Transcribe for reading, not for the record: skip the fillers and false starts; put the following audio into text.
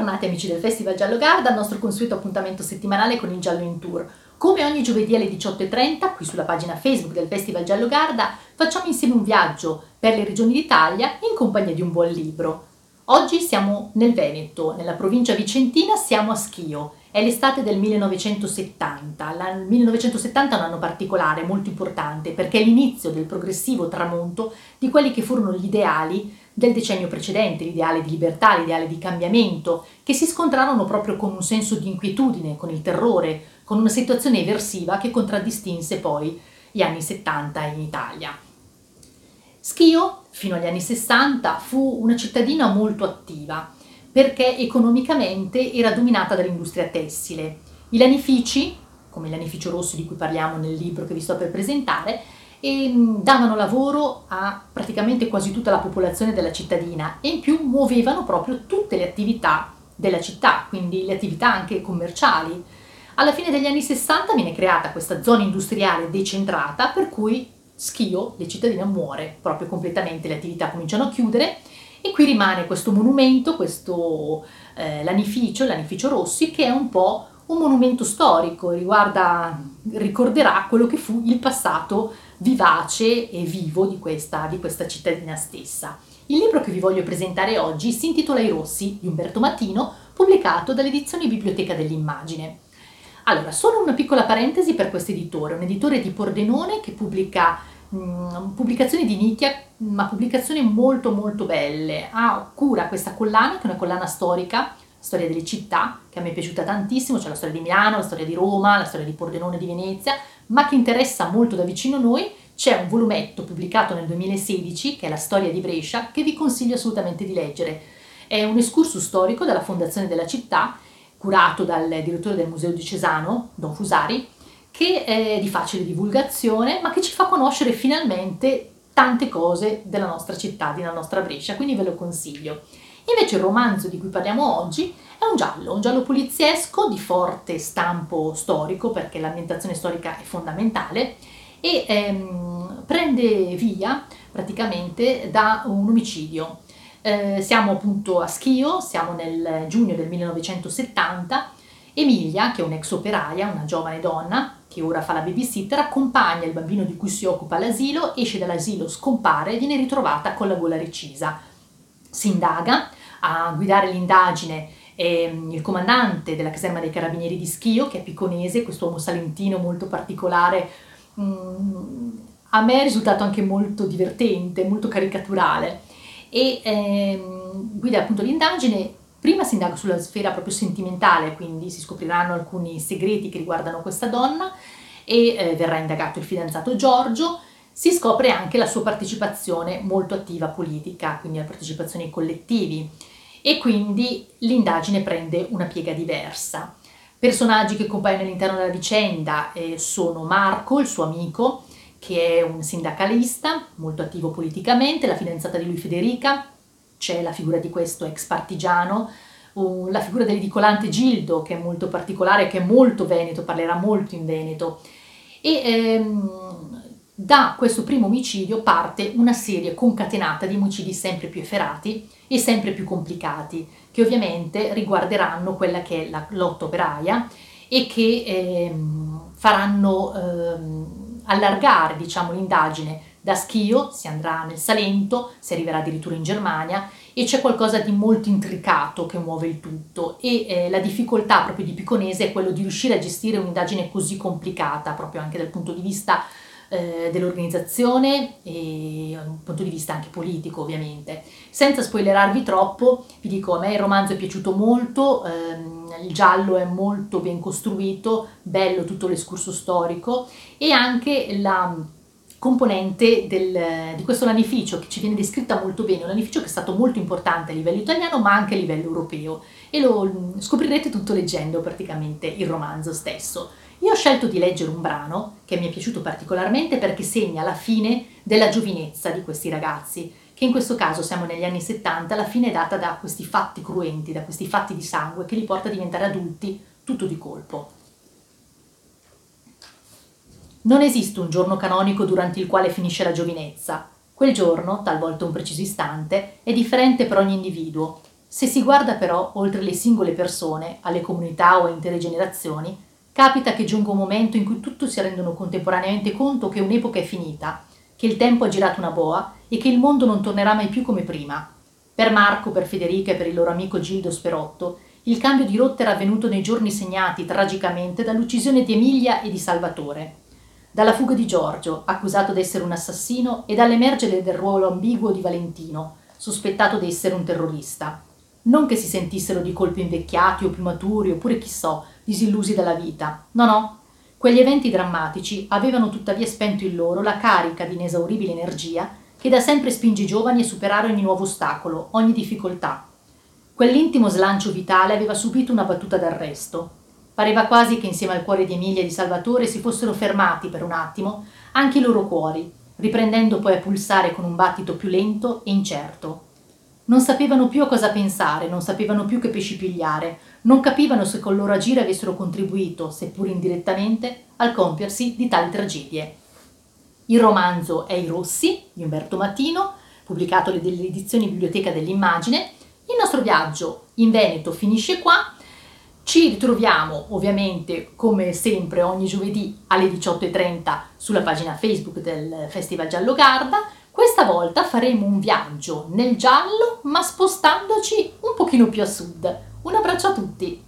Bentornati amici del Festival Giallo Garda al nostro consueto appuntamento settimanale con il Giallo in Tour. Come ogni giovedì alle 18:30, qui sulla pagina Facebook del Festival Giallo Garda, facciamo insieme un viaggio per le regioni d'Italia in compagnia di un buon libro. Oggi siamo nel Veneto, nella provincia vicentina, siamo a Schio. È l'estate del 1970. Il 1970 è un anno particolare, molto importante, perché è l'inizio del progressivo tramonto di quelli che furono gli ideali del decennio precedente, l'ideale di libertà, l'ideale di cambiamento, che si scontrarono proprio con un senso di inquietudine, con il terrore, con una situazione eversiva che contraddistinse poi gli anni 70 in Italia. Schio, fino agli anni 60, fu una cittadina molto attiva, perché economicamente era dominata dall'industria tessile. I lanifici, come il lanificio Rossi di cui parliamo nel libro che vi sto per presentare, davano lavoro a praticamente quasi tutta la popolazione della cittadina e in più muovevano proprio tutte le attività della città, quindi le attività anche commerciali. Alla fine degli anni 60 viene creata questa zona industriale decentrata per cui Schio, la cittadina, muore proprio completamente, le attività cominciano a chiudere e qui rimane questo monumento, questo lanificio Rossi, che è un po' un monumento storico, ricorderà quello che fu il passato vivace e vivo di questa cittadina stessa. Il libro che vi voglio presentare oggi si intitola I Rossi di Umberto Mattino, pubblicato dalle edizioni Biblioteca dell'Immagine. Allora, solo una piccola parentesi per questo editore, un editore di Pordenone che pubblica pubblicazioni di nicchia, ma pubblicazioni molto molto belle. Ha cura questa collana, che è una collana storica, storia delle città, che a me è piaciuta tantissimo, c'è la storia di Milano, la storia di Roma, la storia di Pordenone, di Venezia, ma che interessa molto da vicino noi. C'è un volumetto pubblicato nel 2016, che è la storia di Brescia, che vi consiglio assolutamente di leggere. È un excursus storico dalla fondazione della città, curato dal direttore del Museo Diocesano, Don Fusari, che è di facile divulgazione, ma che ci fa conoscere finalmente tante cose della nostra città, della nostra Brescia, quindi ve lo consiglio. Invece il romanzo di cui parliamo oggi è un giallo poliziesco di forte stampo storico, perché l'ambientazione storica è fondamentale, e prende via praticamente da un omicidio. Siamo appunto a Schio, siamo nel giugno del 1970. Emilia, che è un'ex operaia, una giovane donna che ora fa la babysitter, accompagna il bambino di cui si occupa all'asilo, esce dall'asilo, scompare e viene ritrovata con la gola recisa. Si indaga, a guidare l'indagine il comandante della caserma dei carabinieri di Schio, che è piconese, quest'uomo salentino molto particolare. A me è risultato anche molto divertente, molto caricaturale, e guida appunto l'indagine. Prima si indaga sulla sfera proprio sentimentale, quindi si scopriranno alcuni segreti che riguardano questa donna e verrà indagato il fidanzato Giorgio. Si scopre anche la sua partecipazione molto attiva politica, quindi la partecipazione ai collettivi, e quindi l'indagine prende una piega diversa. Personaggi che compaiono all'interno della vicenda sono Marco, il suo amico, che è un sindacalista molto attivo politicamente, la fidanzata di lui Federica, c'è la figura di questo ex partigiano, la figura dell'edicolante Gildo, che è molto particolare, che è molto veneto, parlerà molto in veneto, e da questo primo omicidio parte una serie concatenata di omicidi sempre più efferati e sempre più complicati, che ovviamente riguarderanno quella che è la lotta operaia e che faranno allargare, diciamo, l'indagine. Da Schio si andrà nel Salento, si arriverà addirittura in Germania, e c'è qualcosa di molto intricato che muove il tutto, e la difficoltà proprio di Piconese è quello di riuscire a gestire un'indagine così complicata, proprio anche dal punto di vista dell'organizzazione e dal punto di vista anche politico, ovviamente. Senza spoilerarvi troppo, vi dico, a me il romanzo è piaciuto molto, il giallo è molto ben costruito, bello tutto l'escurso storico, e anche la componente di questo lanificio che ci viene descritta molto bene, un lanificio che è stato molto importante a livello italiano ma anche a livello europeo, e lo scoprirete tutto leggendo praticamente il romanzo stesso. Io ho scelto di leggere un brano che mi è piaciuto particolarmente perché segna la fine della giovinezza di questi ragazzi, che in questo caso siamo negli anni 70, la fine è data da questi fatti cruenti, da questi fatti di sangue che li porta a diventare adulti tutto di colpo. Non esiste un giorno canonico durante il quale finisce la giovinezza. Quel giorno, talvolta un preciso istante, è differente per ogni individuo. Se si guarda però oltre le singole persone, alle comunità o a intere generazioni, capita che giunga un momento in cui tutti si rendono contemporaneamente conto che un'epoca è finita, che il tempo ha girato una boa e che il mondo non tornerà mai più come prima. Per Marco, per Federica e per il loro amico Gildo Sperotto, il cambio di rotta era avvenuto nei giorni segnati tragicamente dall'uccisione di Emilia e di Salvatore, dalla fuga di Giorgio, accusato di essere un assassino, e dall'emergere del ruolo ambiguo di Valentino, sospettato di essere un terrorista. Non che si sentissero di colpo invecchiati o più maturi oppure chi so, disillusi dalla vita. No, no. Quegli eventi drammatici avevano tuttavia spento in loro la carica di inesauribile energia che da sempre spinge i giovani a superare ogni nuovo ostacolo, ogni difficoltà. Quell'intimo slancio vitale aveva subito una battuta d'arresto. Pareva quasi che insieme al cuore di Emilia e di Salvatore si fossero fermati per un attimo anche i loro cuori, riprendendo poi a pulsare con un battito più lento e incerto. Non sapevano più a cosa pensare, non sapevano più che pesci pigliare, non capivano se col loro agire avessero contribuito, seppur indirettamente, al compiersi di tali tragedie. Il romanzo è I Rossi di Umberto Mattino, pubblicato dalle edizioni Biblioteca dell'Immagine. Il nostro viaggio in Veneto finisce qua. Ci ritroviamo ovviamente come sempre ogni giovedì alle 18:30 sulla pagina Facebook del Festival Giallo Garda. Questa volta faremo un viaggio nel giallo ma spostandoci un pochino più a sud. Un abbraccio a tutti!